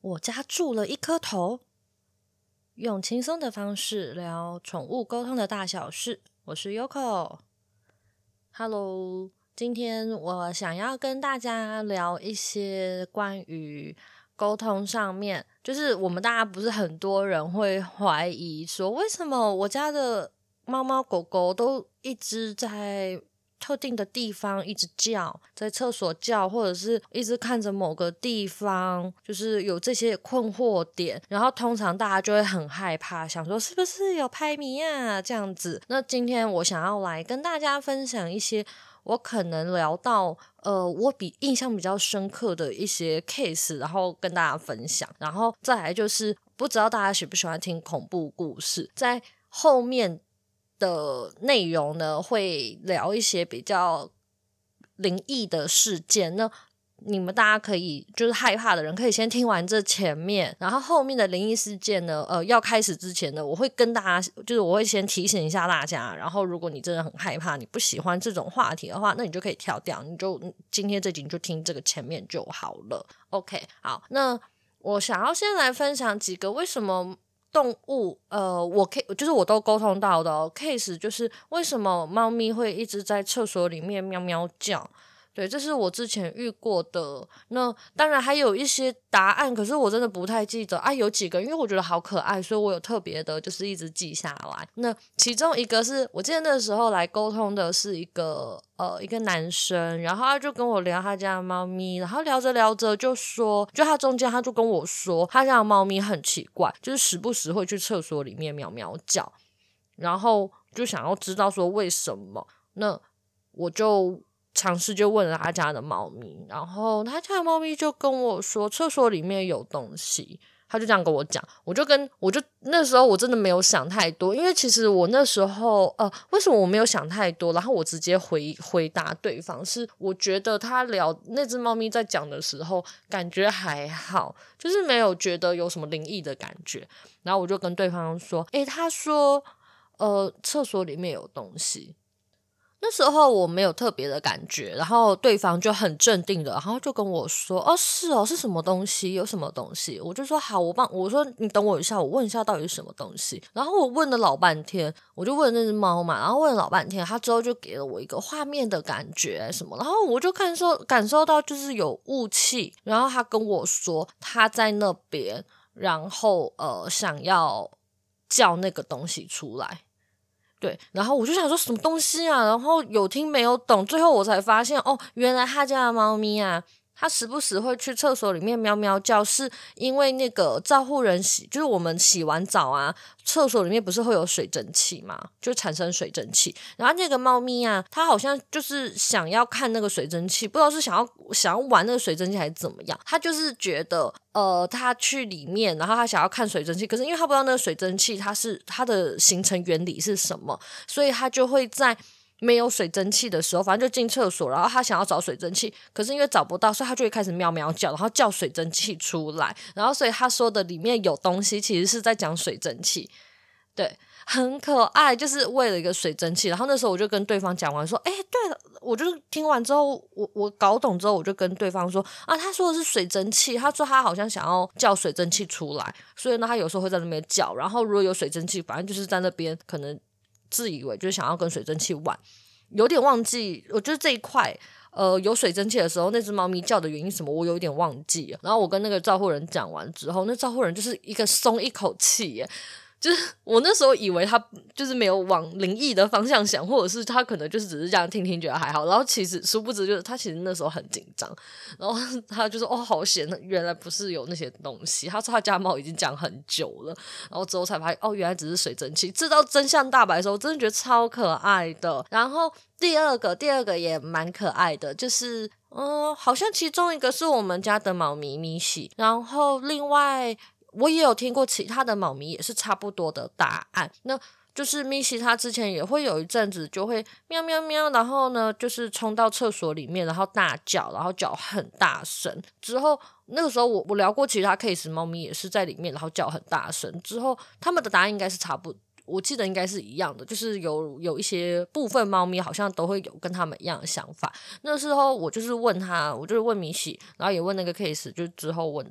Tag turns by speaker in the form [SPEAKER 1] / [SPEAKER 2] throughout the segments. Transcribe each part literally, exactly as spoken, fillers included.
[SPEAKER 1] 我家住了一颗头，用轻松的方式聊宠物沟通的大小事。我是 Yoko。Hello， 今天我想要跟大家聊一些关于沟通上面，就是我们大家不是很多人会怀疑说，为什么我家的猫猫狗狗都一直在特定的地方一直叫，在厕所叫，或者是一直看着某个地方，就是有这些困惑点，然后通常大家就会很害怕，想说是不是有拍迷啊这样子。那今天我想要来跟大家分享一些我可能聊到呃我比印象比较深刻的一些 case， 然后跟大家分享。然后再来就是不知道大家喜不喜欢听恐怖故事，在后面的内容呢会聊一些比较灵异的事件，那你们大家可以就是害怕的人可以先听完这前面，然后后面的灵异事件呢呃，要开始之前呢我会跟大家就是我会先提醒一下大家，然后如果你真的很害怕，你不喜欢这种话题的话，那你就可以跳掉，你就今天这集你就听这个前面就好了。 OK， 好，那我想要先来分享几个为什么动物呃，我可以就是我都沟通到的、哦、case， 就是为什么猫咪会一直在厕所里面喵喵叫。对，这是我之前遇过的。那当然还有一些答案，可是我真的不太记得啊。有几个因为我觉得好可爱，所以我有特别的就是一直记下来。那其中一个是我记得那时候来沟通的是一个呃一个男生，然后他就跟我聊他家的猫咪，然后聊着聊着就说，就他中间他就跟我说他家的猫咪很奇怪，就是时不时会去厕所里面喵喵叫，然后就想要知道说为什么。那我就尝试就问了他家的猫咪，然后他家的猫咪就跟我说厕所里面有东西，他就这样跟我讲。我就跟我就那时候我真的没有想太多，因为其实我那时候呃，为什么我没有想太多，然后我直接回回答对方是我觉得他聊那只猫咪在讲的时候感觉还好，就是没有觉得有什么灵异的感觉。然后我就跟对方说诶，他说呃厕所里面有东西。那时候我没有特别的感觉，然后对方就很镇定的，然后就跟我说哦是哦，是什么东西，有什么东西。我就说好，我帮我说你等我一下，我问一下到底是什么东西。然后我问了老半天，我就问那只猫嘛，然后问了老半天，他之后就给了我一个画面的感觉什么，然后我就感受感受到就是有雾气，然后他跟我说他在那边，然后呃想要叫那个东西出来。对，然后我就想说什么东西啊，然后有听没有懂，最后我才发现哦，原来他家的猫咪啊，它时不时会去厕所里面喵喵叫，是因为那个照护人洗，就是我们洗完澡啊，厕所里面不是会有水蒸气嘛，就产生水蒸气，然后那个猫咪啊，它好像就是想要看那个水蒸气，不知道是想要想要玩那个水蒸气还是怎么样，它就是觉得呃，他去里面，然后他想要看水蒸气，可是因为他不知道那个水蒸气它是它的形成原理是什么，所以他就会在没有水蒸气的时候，反正就进厕所，然后他想要找水蒸气，可是因为找不到，所以他就会开始喵喵叫，然后叫水蒸气出来，然后所以他说的里面有东西其实是在讲水蒸气。对，很可爱，就是为了一个水蒸气。然后那时候我就跟对方讲完说，诶对了，我就听完之后我我搞懂之后，我就跟对方说啊，他说的是水蒸气，他说他好像想要叫水蒸气出来，所以呢他有时候会在那边叫，然后如果有水蒸气反正就是在那边可能自以为就是想要跟水蒸气玩，有点忘记，我觉得这一块呃，有水蒸气的时候那只猫咪叫的原因什么我有点忘记了。然后我跟那个照护人讲完之后，那照护人就是一个松一口气耶，就是我那时候以为他就是没有往灵异的方向想，或者是他可能就是只是这样听听觉得还好，然后其实殊不知就是他其实那时候很紧张，然后他就说哦好险，原来不是有那些东西，他说他家猫已经讲很久了，然后之后才发现哦原来只是水蒸气。知道真相大白的时候我真的觉得超可爱的。然后第二个第二个也蛮可爱的，就是嗯、呃，好像其中一个是我们家的猫咪咪喜，然后另外我也有听过其他的猫咪也是差不多的答案。那就是咪西它之前也会有一阵子就会喵喵喵，然后呢就是冲到厕所里面，然后大叫，然后叫很大声。之后那个时候我我聊过其他 case， 猫咪也是在里面然后叫很大声，之后他们的答案应该是差不多，我记得应该是一样的，就是有有一些部分猫咪好像都会有跟他们一样的想法。那时候我就是问他，我就是问米喜，然后也问那个 case， 就是之后问的，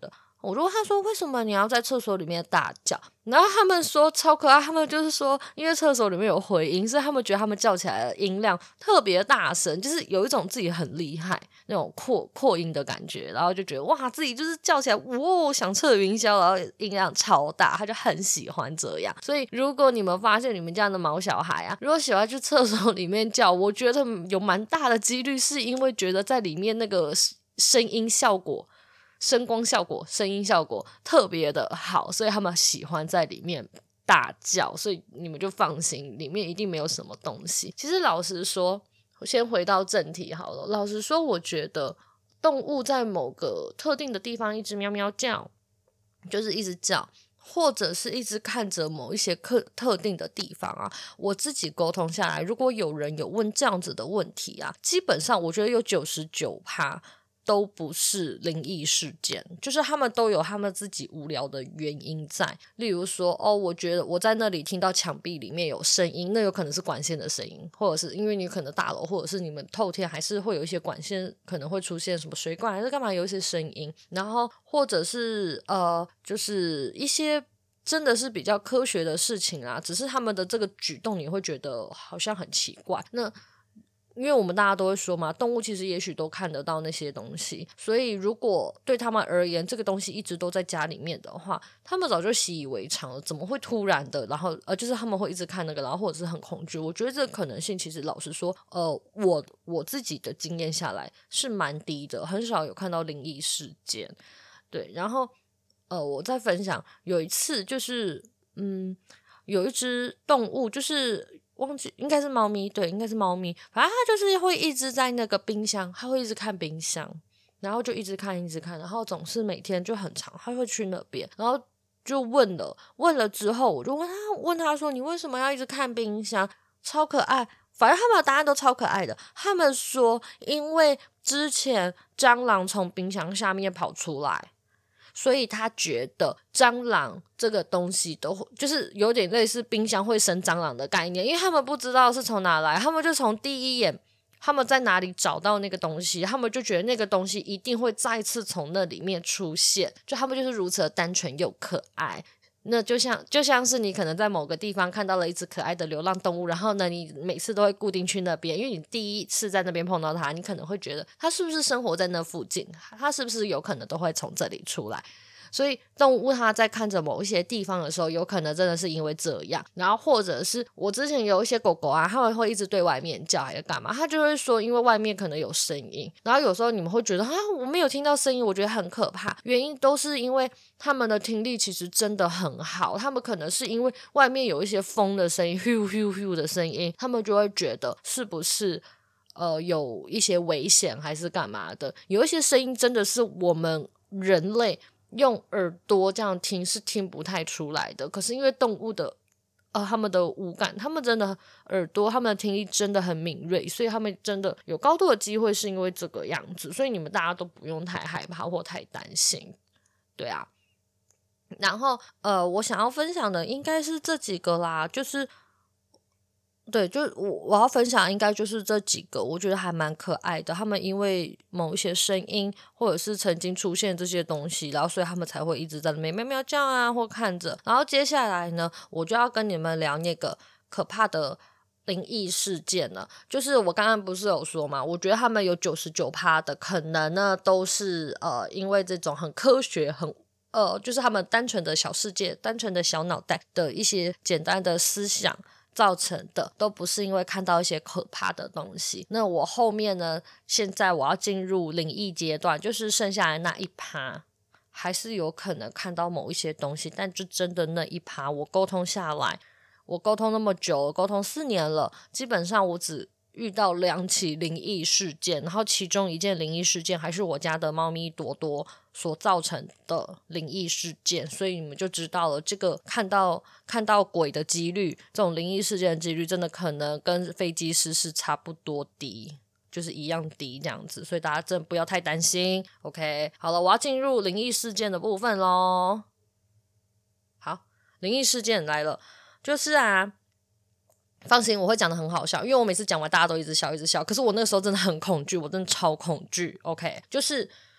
[SPEAKER 1] 我就问他说为什么你要在厕所里面大叫，然后他们说超可爱，他们就是说因为厕所里面有回音，所以他们觉得他们叫起来的音量特别大声，就是有一种自己很厉害那种扩扩音的感觉，然后就觉得哇自己就是叫起来哇响彻云霄，然后音量超大，他就很喜欢这样。所以如果你们发现你们家的毛小孩啊如果喜欢去厕所里面叫，我觉得有蛮大的几率是因为觉得在里面那个声音效果声光效果声音效果特别的好，所以他们喜欢在里面大叫，所以你们就放心里面一定没有什么东西。其实老实说，先回到正题好了，老实说我觉得动物在某个特定的地方一直喵喵叫，就是一直叫，或者是一直看着某一些特特定的地方啊，我自己沟通下来，如果有人有问这样子的问题啊，基本上我觉得有 百分之九十九 都不是灵异事件，就是他们都有他们自己无聊的原因在。例如说哦，我觉得我在那里听到墙壁里面有声音，那有可能是管线的声音，或者是因为你可能大楼或者是你们透天还是会有一些管线可能会出现什么水管还是干嘛有一些声音，然后或者是呃就是一些真的是比较科学的事情啊，只是他们的这个举动你会觉得好像很奇怪。那因为我们大家都会说嘛，动物其实也许都看得到那些东西，所以如果对他们而言这个东西一直都在家里面的话，他们早就习以为常了，怎么会突然的然后呃，就是他们会一直看那个，然后或者是很恐惧。我觉得这个可能性其实老实说呃，我我自己的经验下来是蛮低的，很少有看到灵异事件。对，然后呃，我在分享有一次就是嗯，有一只动物就是忘记应该是猫咪，对，应该是猫咪，反正它就是会一直在那个冰箱，它会一直看冰箱，然后就一直看一直看，然后总是每天就很长，它会去那边，然后就问了问了之后，我就问他问他说你为什么要一直看冰箱，超可爱，反正他们的答案都超可爱的。他们说因为之前蟑螂从冰箱下面跑出来，所以他觉得蟑螂这个东西都就是有点类似冰箱会生蟑螂的概念，因为他们不知道是从哪来，他们就从第一眼他们在哪里找到那个东西，他们就觉得那个东西一定会再次从那里面出现，就他们就是如此的单纯又可爱。那就像就像是你可能在某个地方看到了一只可爱的流浪动物，然后呢你每次都会固定去那边，因为你第一次在那边碰到它，你可能会觉得它是不是生活在那附近，它是不是有可能都会从这里出来。所以动物它在看着某一些地方的时候，有可能真的是因为这样，然后或者是我之前有一些狗狗啊，它们会一直对外面叫还是干嘛，它就会说因为外面可能有声音，然后有时候你们会觉得啊我没有听到声音，我觉得很可怕，原因都是因为他们的听力其实真的很好，他们可能是因为外面有一些风的声音 hu hu hu 的声音，他们就会觉得是不是呃有一些危险还是干嘛的，有一些声音真的是我们人类用耳朵这样听是听不太出来的，可是因为动物的呃，他们的五感，他们真的耳朵他们的听力真的很敏锐，所以他们真的有高度的机会是因为这个样子，所以你们大家都不用太害怕或太担心。对啊，然后呃，我想要分享的应该是这几个啦，就是对，就我我要分享应该就是这几个，我觉得还蛮可爱的。他们因为某一些声音，或者是曾经出现这些东西，然后所以他们才会一直在那边喵喵叫啊，或看着。然后接下来呢，我就要跟你们聊那个可怕的灵异事件了。就是我刚刚不是有说嘛，我觉得他们有 百分之九十九 的可能呢，都是呃因为这种很科学很。呃，就是他们单纯的小世界，单纯的小脑袋的一些简单的思想造成的，都不是因为看到一些可怕的东西。那我后面呢，现在我要进入灵异阶段，就是剩下来那一趴还是有可能看到某一些东西，但就真的那一趴我沟通下来，我沟通那么久了，沟通四年了，基本上我只遇到两起灵异事件，然后其中一件灵异事件还是我家的猫咪多多所造成的灵异事件，所以你们就知道了这个看到看到鬼的几率，这种灵异事件的几率真的可能跟飞机失事差不多低，就是一样低这样子，所以大家真的不要太担心。 OK， 好了，我要进入灵异事件的部分咯。好，灵异事件来了，就是啊放心，我会讲得很好笑，因为我每次讲完大家都一直笑一直笑，可是我那个时候真的很恐惧，我真的超恐惧。 OK， 就是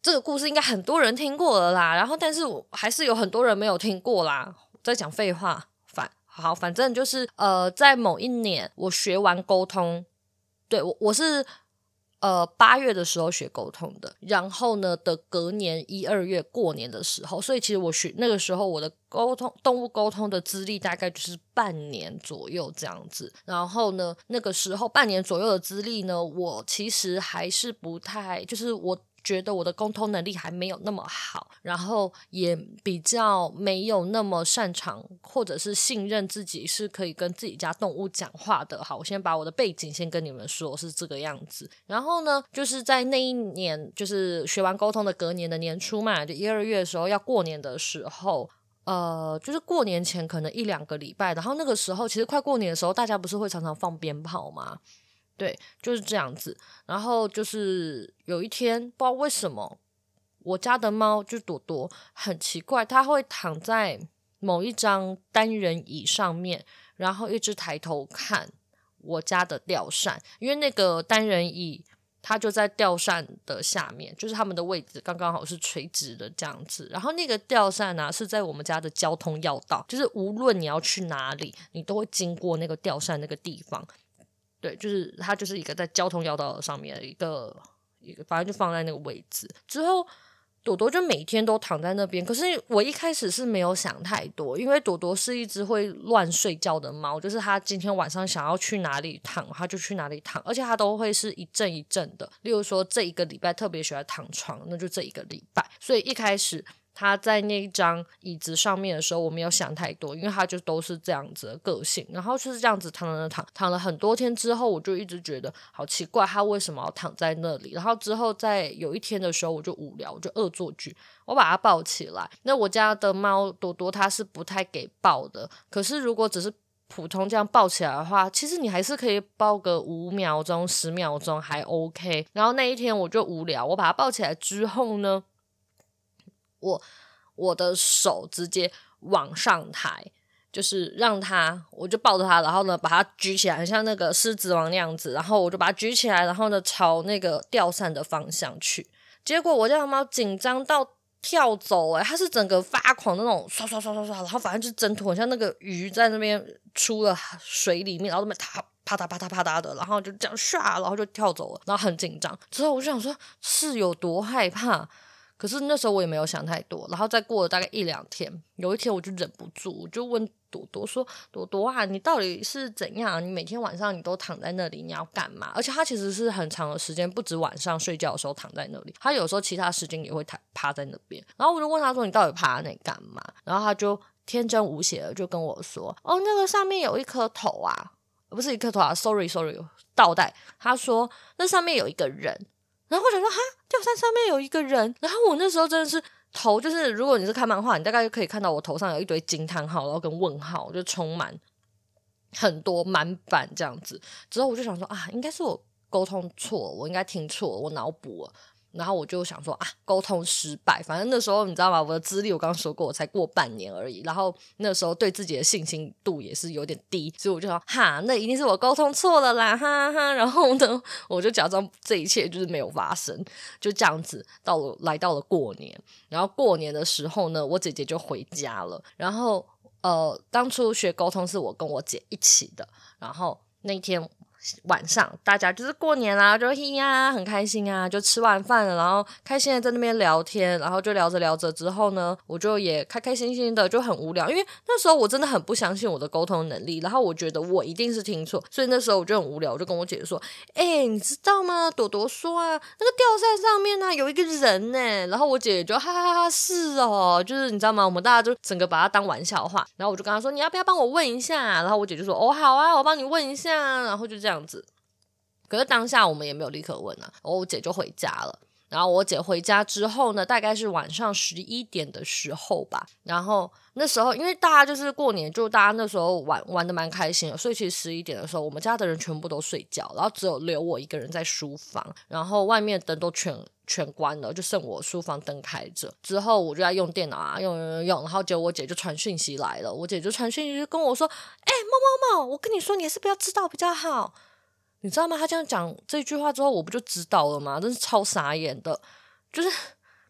[SPEAKER 1] 这个故事应该很多人听过了啦，然后但是我还是有很多人没有听过啦，在讲废话。反好，反正就是呃，在某一年我学完沟通，对我我是呃八月的时候学沟通的，然后呢的隔年一二月过年的时候，所以其实我学那个时候我的沟通动物沟通的资历大概就是半年左右这样子。然后呢那个时候半年左右的资历呢，我其实还是不太，就是我觉得我的沟通能力还没有那么好，然后也比较没有那么擅长或者是信任自己是可以跟自己家动物讲话的。好，我先把我的背景先跟你们说是这个样子。然后呢就是在那一年，就是学完沟通的隔年的年初嘛，就一二月的时候要过年的时候，呃，就是过年前可能一两个礼拜，然后那个时候其实快过年的时候，大家不是会常常放鞭炮吗？对，就是这样子。然后就是有一天不知道为什么我家的猫就朵朵很奇怪，它会躺在某一张单人椅上面，然后一直抬头看我家的吊扇，因为那个单人椅它就在吊扇的下面，就是他们的位置刚刚好是垂直的这样子。然后那个吊扇啊是在我们家的交通要道，就是无论你要去哪里你都会经过那个吊扇那个地方。对，就是它就是一个在交通要道上面的一个一个，反正就放在那个位置。之后朵朵就每天都躺在那边，可是我一开始是没有想太多，因为朵朵是一只会乱睡觉的猫，就是它今天晚上想要去哪里躺它就去哪里躺，而且它都会是一阵一阵的。例如说这一个礼拜特别喜欢躺床，那就这一个礼拜。所以一开始他在那一张椅子上面的时候我没有想太多，因为他就都是这样子的个性。然后就是这样子躺躺躺躺了很多天之后，我就一直觉得好奇怪他为什么要躺在那里。然后之后在有一天的时候我就无聊，我就恶作剧，我把它抱起来。那我家的猫多多它是不太给抱的，可是如果只是普通这样抱起来的话，其实你还是可以抱个五秒钟十秒钟还 OK。 然后那一天我就无聊，我把它抱起来之后呢，我我的手直接往上抬，就是让它，我就抱着它，然后呢把它举起来，很像那个狮子王那样子，然后我就把它举起来，然后呢朝那个吊扇的方向去。结果我家的猫紧张到跳走，欸，它是整个发狂那种刷刷刷刷刷，然后反正就挣脱，很像那个鱼在那边出了水里面，然后那边啪啪嗒啪嗒啪嗒的，然后就这样唰，然后就跳走了，然后很紧张。之后我就想说是有多害怕，可是那时候我也没有想太多。然后再过了大概一两天，有一天我就忍不住，我就问朵朵说，朵朵啊，你到底是怎样，你每天晚上你都躺在那里，你要干嘛？而且他其实是很长的时间，不止晚上睡觉的时候躺在那里，他有时候其他时间也会趴在那边。然后我就问他说，你到底趴在那里干嘛？然后他就天真无邪的就跟我说，哦，那个上面有一颗头啊，不是一颗头啊 sorry sorry 倒带。他说那上面有一个人。然后我想说哈，吊扇上面有一个人。然后我那时候真的是头，就是如果你是看漫画，你大概就可以看到我头上有一堆惊叹号，然后跟问号，就充满很多满版这样子。之后我就想说啊，应该是我沟通错，我应该听错，我脑补了。然后我就想说啊，沟通失败。反正那时候你知道吗，我的资历我刚刚说过，我才过半年而已，然后那时候对自己的信心度也是有点低，所以我就说哈，那一定是我沟通错了啦，哈哈。然后呢我就假装这一切就是没有发生，就这样子到了来到了过年。然后过年的时候呢，我姐姐就回家了。然后呃，当初学沟通是我跟我姐一起的，然后那天晚上大家就是过年啦，就嘿呀很开心啊，就吃完饭了，然后开心的在那边聊天。然后就聊着聊着之后呢，我就也开开心心的，就很无聊，因为那时候我真的很不相信我的沟通能力，然后我觉得我一定是听错，所以那时候我就很无聊，我就跟我姐说，欸，你知道吗，朵朵说啊，那个吊扇上面啊有一个人耶。然后我姐就哈哈哈，是哦，就是你知道吗，我们大家就整个把它当玩笑话。然后我就跟她说，你要不要帮我问一下？然后我姐就说，哦好啊，我帮你问一下。然后就这样子。可是当下我们也没有立刻问啊，然后我姐就回家了。然后我姐回家之后呢，大概是晚上十一点的时候吧。然后那时候因为大家就是过年，就大家那时候玩玩的蛮开心的，所以其实十一点的时候我们家的人全部都睡觉，然后只有留我一个人在书房，然后外面灯都全全关了，就剩我书房灯开着。之后我就在用电脑啊，用用用，然后结果我姐就传讯息来了，我姐就传讯息跟我说，欸，猫猫猫，我跟你说你还是不要知道比较好。你知道吗？他这样讲这句话之后，我不就知道了吗？真是超傻眼的。就是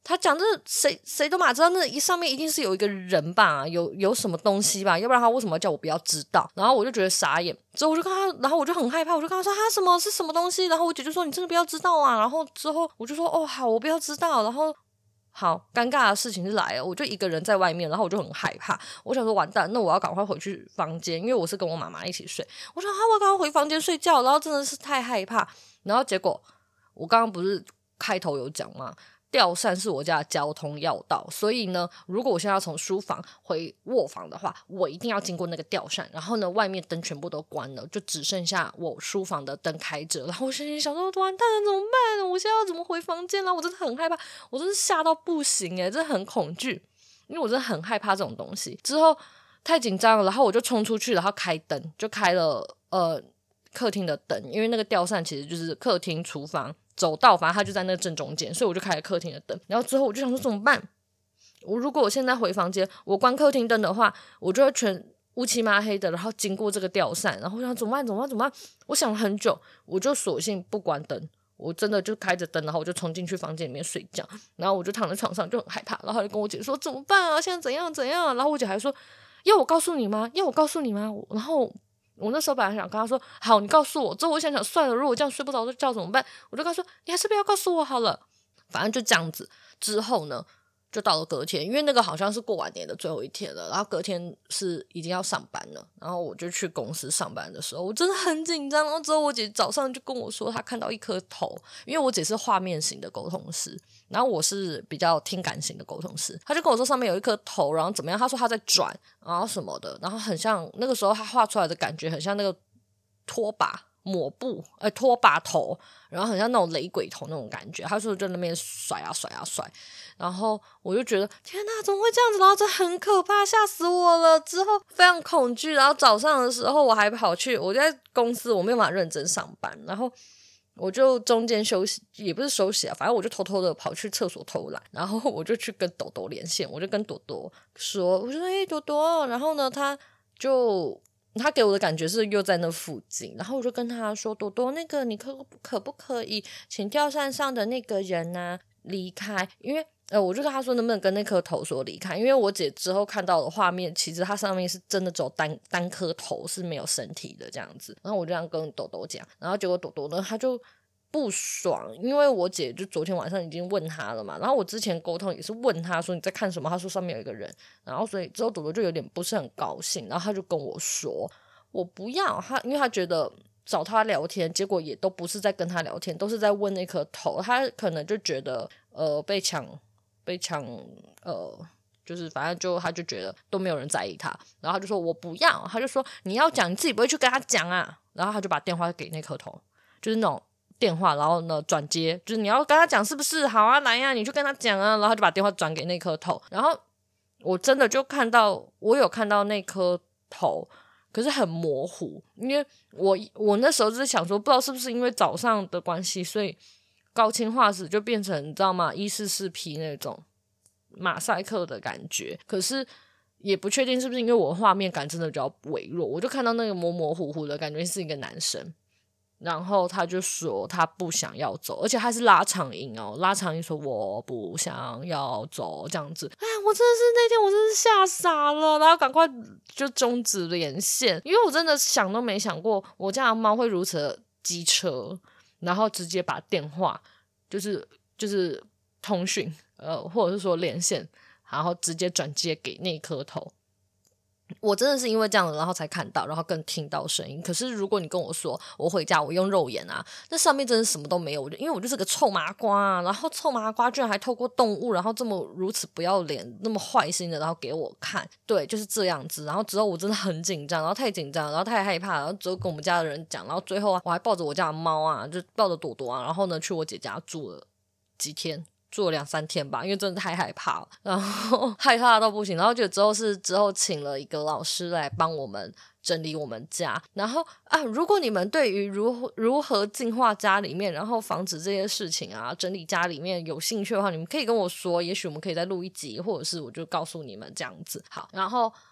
[SPEAKER 1] 他讲这谁谁都马知道，那一上面一定是有一个人吧，有有什么东西吧，要不然他为什么要叫我不要知道？然后我就觉得傻眼，之后我就跟他，然后我就很害怕，我就跟他说他什么是什么东西？然后我姐就说你真的不要知道啊。然后之后我就说哦好，我不要知道。然后好尴尬的事情是来了，我就一个人在外面，然后我就很害怕，我想说完蛋，那我要赶快回去房间，因为我是跟我妈妈一起睡。我说好，我赶快回房间睡觉。然后真的是太害怕，然后结果我刚刚不是开头有讲吗？吊扇是我家的交通要道，所以呢，如果我现在要从书房回卧房的话，我一定要经过那个吊扇。然后呢，外面灯全部都关了，就只剩下我书房的灯开着。然后我心里想说，完蛋了，怎么办呢？我现在要怎么回房间呢？我真的很害怕，我真是吓到不行诶，真的很恐惧，因为我真的很害怕这种东西。之后太紧张了，然后我就冲出去，然后开灯，就开了呃客厅的灯，因为那个吊扇其实就是客厅、厨房。走道反正他就在那正中间，所以我就开了客厅的灯。然后之后我就想说怎么办，我如果我现在回房间我关客厅灯的话，我就会全乌漆麻黑的，然后经过这个吊扇，然后我想怎么办怎么办怎么办，我想了很久，我就索性不关灯，我真的就开着灯，然后我就冲进去房间里面睡觉。然后我就躺在床上就很害怕，然后就跟我姐说怎么办啊，现在怎样怎样。然后我姐还说要我告诉你吗要我告诉你吗。然后我那时候本来想跟他说好你告诉我，之后我想想算了，如果我这样睡不着觉怎么办，我就跟他说你还是不要告诉我好了。反正就这样子，之后呢就到了隔天，因为那个好像是过完年的最后一天了，然后隔天是已经要上班了，然后我就去公司上班的时候我真的很紧张。然后之后我姐早上就跟我说她看到一颗头，因为我姐是画面型的沟通师，然后我是比较听感型的沟通师，她就跟我说上面有一颗头，然后怎么样，她说她在转然后什么的，然后很像那个时候她画出来的感觉很像那个拖把抹布呃拖把头，然后很像那种雷鬼头那种感觉。他说就那边甩啊甩啊甩，然后我就觉得天哪怎么会这样子，然后这很可怕，吓死我了。之后非常恐惧，然后早上的时候我还跑去，我在公司我没有办法认真上班，然后我就中间休息，也不是休息啊，反正我就偷偷的跑去厕所偷懒，然后我就去跟朵朵连线，我就跟朵朵说，我就说诶朵朵，然后呢他就他给我的感觉是又在那附近，然后我就跟他说朵朵那个你可可不可以请吊扇上的那个人啊离开，因为呃，我就跟他说能不能跟那颗头说离开，因为我姐之后看到的画面其实它上面是真的只有单单颗头是没有身体的这样子。然后我就这样跟朵朵讲，然后结果朵朵呢他就不爽，因为我姐就昨天晚上已经问他了嘛，然后我之前沟通也是问他说你在看什么，他说上面有一个人，然后所以之后朵朵就有点不是很高兴，然后他就跟我说我不要他，因为他觉得找他聊天结果也都不是在跟他聊天，都是在问那颗头，他可能就觉得呃被抢被抢呃就是反正就他就觉得都没有人在意他，然后他就说我不要，他就说你要讲你自己不会去跟他讲啊，然后他就把电话给那颗头，就是那种电话然后呢转接，就是你要跟他讲是不是好啊来啊你就跟他讲啊，然后他就把电话转给那颗头。然后我真的就看到我有看到那颗头可是很模糊，因为我我那时候就是想说不知道是不是因为早上的关系，所以高清画质就变成你知道吗一四四 P 那种马赛克的感觉，可是也不确定是不是因为我画面感真的比较微弱，我就看到那个模模糊糊的感觉是一个男生，然后他就说他不想要走，而且他是拉长音哦，拉长音说我不想要走这样子。哎，我真的是那天我真是吓傻了，然后赶快就终止连线，因为我真的想都没想过我家的猫会如此的机车，然后直接把电话就是就是通讯呃或者是说连线，然后直接转接给那颗头。我真的是因为这样然后才看到然后更听到声音，可是如果你跟我说我回家我用肉眼啊，那上面真的什么都没有，因为我就是个臭麻瓜啊，然后臭麻瓜居然还透过动物然后这么如此不要脸那么坏心的然后给我看，对就是这样子。然后之后我真的很紧张，然后太紧张然后太害怕，然后之后跟我们家的人讲，然后最后啊我还抱着我家的猫啊就抱着朵朵啊，然后呢去我姐家住了几天，住了两三天吧，因为真的太害怕了，然后害怕到不行。然后就之后是之后请了一个老师来帮我们整理我们家。然后啊，如果你们对于如何如何净化家里面，然后防止这些事情啊，整理家里面有兴趣的话，你们可以跟我说，也许我们可以再录一集，或者是我就告诉你们这样子。好，然后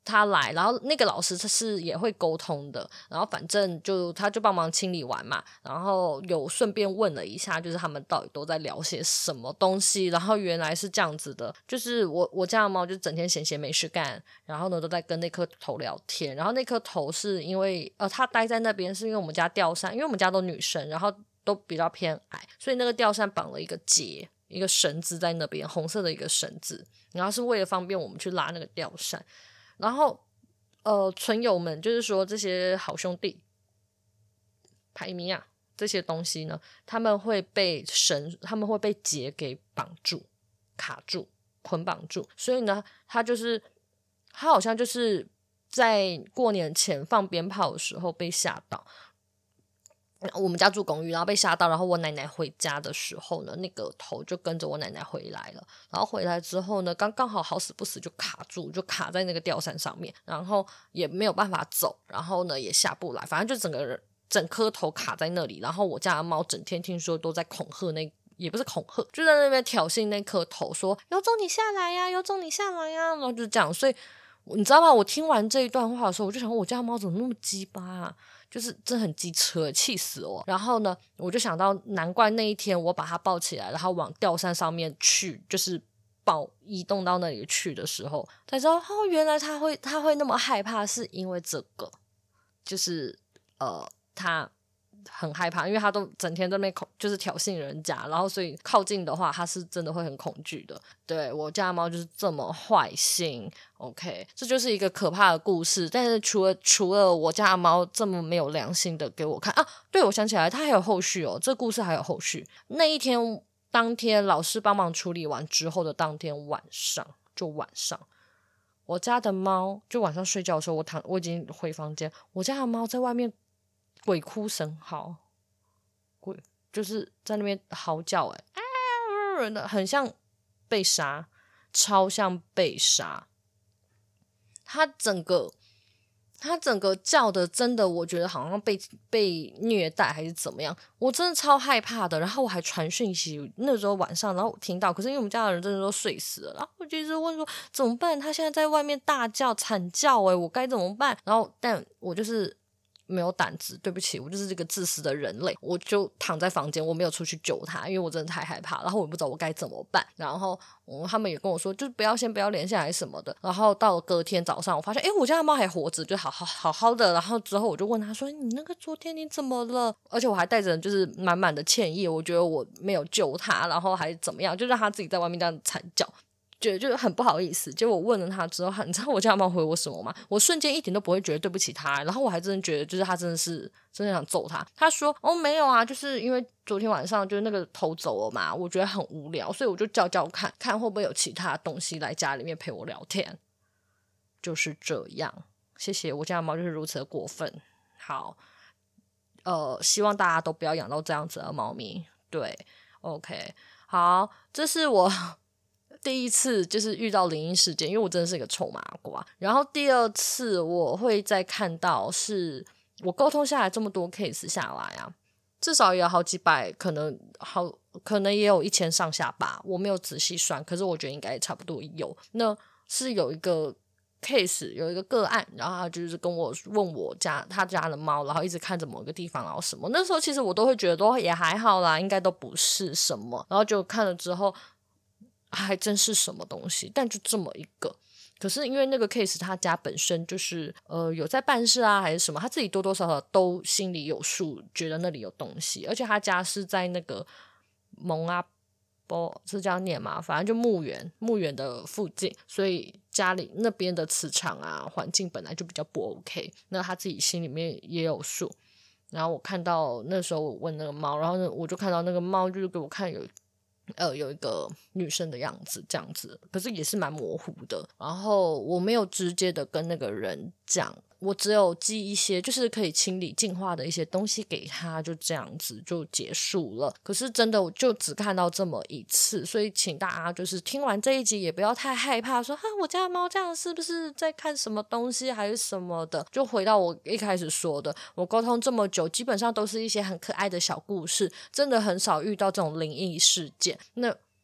[SPEAKER 1] 他来，然后那个老师他是也会沟通的，然后反正就他就帮忙清理完嘛，然后有顺便问了一下，就是他们到底都在聊些什么东西，然后原来是这样子的，就是我我家的猫就整天闲闲没事干，然后呢都在跟那颗头聊天，然后那颗头是因为呃他待在那边是因为我们家吊扇，因为我们家都女生，然后都比较偏矮，所以那个吊扇绑了一个结，一个绳子在那边，红色的一个绳子，然后是为了方便我们去拉那个吊扇。然后呃，存友们就是说这些好兄弟排名啊这些东西呢，他们会被绳他们会被结给绑住卡住捆绑住，所以呢他就是他好像就是在过年前放鞭炮的时候被吓到，我们家住公寓，然后被吓到，然后我奶奶回家的时候呢，那个头就跟着我奶奶回来了，然后回来之后呢，刚刚好好死不死就卡住，就卡在那个吊扇上面，然后也没有办法走，然后呢也下不来，反正就整个人整颗头卡在那里，然后我家的猫整天听说都在恐吓那也不是恐吓，就在那边挑衅那颗头说有种你下来呀，有种你下来呀，然后就这样，所以你知道吗，我听完这一段话的时候，我就想我家的猫怎么那么鸡巴啊，就是真的很机车，气死我。然后呢我就想到难怪那一天我把它抱起来然后往吊扇上面去，就是抱移动到那里去的时候才知道哦，原来它会它会那么害怕是因为这个，就是呃它很害怕，因为他都整天在那边就是挑衅人家，然后所以靠近的话他是真的会很恐惧的。对，我家的猫就是这么坏心 OK， 这就是一个可怕的故事。但是除了除了我家的猫这么没有良心的给我看啊，对，我想起来它还有后续哦，这故事还有后续。那一天当天老师帮忙处理完之后的当天晚上，就晚上我家的猫就晚上睡觉的时候，我躺我已经回房间，我家的猫在外面鬼哭神嚎，鬼就是在那边嚎叫，哎、欸，很像被杀，超像被杀。它整个它整个叫的真的，我觉得好像被被虐待还是怎么样，我真的超害怕的。然后我还传讯息，那时候晚上，然后我听到，可是因为我们家的人真的都睡死了，然后我就一直问说怎么办？他现在在外面大叫惨叫、欸，我该怎么办？然后但我就是没有胆子，对不起，我就是这个自私的人类，我就躺在房间，我没有出去救他，因为我真的太害怕，然后我也不知道我该怎么办。然后、嗯、他们也跟我说就不要先不要连下来什么的。然后到了隔天早上我发现诶我家的猫还活着，就好好好好的。然后之后我就问他说你那个昨天你怎么了？而且我还带着就是满满的歉意，我觉得我没有救他，然后还怎么样，就让他自己在外面这样惨叫，觉得就是很不好意思。结果我问了他之后，你知道我家的猫回我什么吗？我瞬间一点都不会觉得对不起他，然后我还真的觉得就是他真的是真的想揍他。他说哦没有啊，就是因为昨天晚上就是那个头走了嘛，我觉得很无聊，所以我就叫叫看看会不会有其他东西来家里面陪我聊天，就是这样。谢谢，我家的猫就是如此的过分。好，呃，希望大家都不要养到这样子的猫咪。对 OK， 好，这是我第一次就是遇到灵异事件，因为我真的是一个臭麻瓜。然后第二次我会再看到是我沟通下来这么多 case 下来啊，至少也有好几百，可能好可能也有一千上下吧，我没有仔细算，可是我觉得应该差不多有。那是有一个 case 有一个个案，然后他就是跟我问我家他家的猫，然后一直看着某个地方然后什么，那时候其实我都会觉得都也还好啦，应该都不是什么，然后就看了之后还真是什么东西，但就这么一个。可是因为那个 case 他家本身就是呃有在办事啊还是什么，他自己多多少少都心里有数，觉得那里有东西，而且他家是在那个蒙阿波是这样念嘛，反正就墓园墓园的附近，所以家里那边的磁场啊环境本来就比较不 OK， 那他自己心里面也有数。然后我看到那时候我问那个猫，然后呢我就看到那个猫就是给我看有呃，有一个女生的样子这样子，可是也是蛮模糊的。然后我没有直接的跟那个人讲，我只有寄一些就是可以清理净化的一些东西给他，就这样子就结束了。可是真的我就只看到这么一次，所以请大家就是听完这一集也不要太害怕说哈我家的猫这样是不是在看什么东西还是什么的。就回到我一开始说的，我沟通这么久基本上都是一些很可爱的小故事，真的很少遇到这种灵异事件。那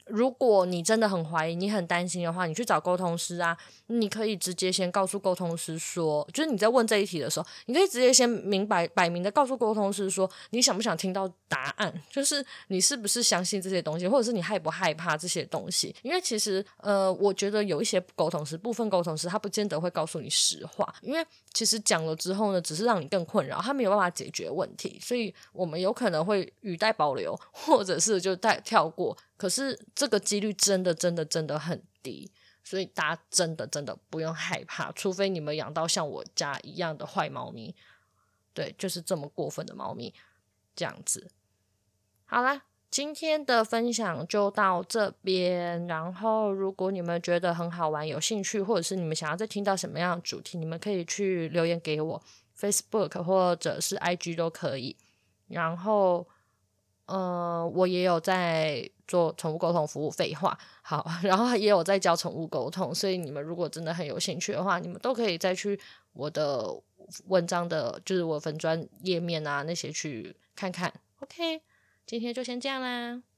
[SPEAKER 1] 如果你真的很怀疑，你很担心的话，你去找沟通师啊，你可以直接先告诉沟通师说，就是你在问这一题的时候，你可以直接先明白摆明的告诉沟通师说，你想不想听到答案，就是你是不是相信这些东西，或者是你害不害怕这些东西。因为其实呃，我觉得有一些沟通师，部分沟通师他不见得会告诉你实话，因为其实讲了之后呢，只是让你更困扰，他没有办法解决问题，所以我们有可能会语带保留，或者是就带跳过，可是这个几率真的真的真的很低，所以大家真的真的不用害怕，除非你们养到像我家一样的坏猫咪，对，就是这么过分的猫咪，这样子。好啦，今天的分享就到这边，然后如果你们觉得很好玩有兴趣，或者是你们想要再听到什么样的主题，你们可以去留言给我 Facebook 或者是 I G 都可以。然后呃，我也有在做宠物沟通服务，废话好，然后也有在教宠物沟通，所以你们如果真的很有兴趣的话，你们都可以再去我的文章的就是我粉专页面啊那些去看看。 OK， 今天就先这样啦。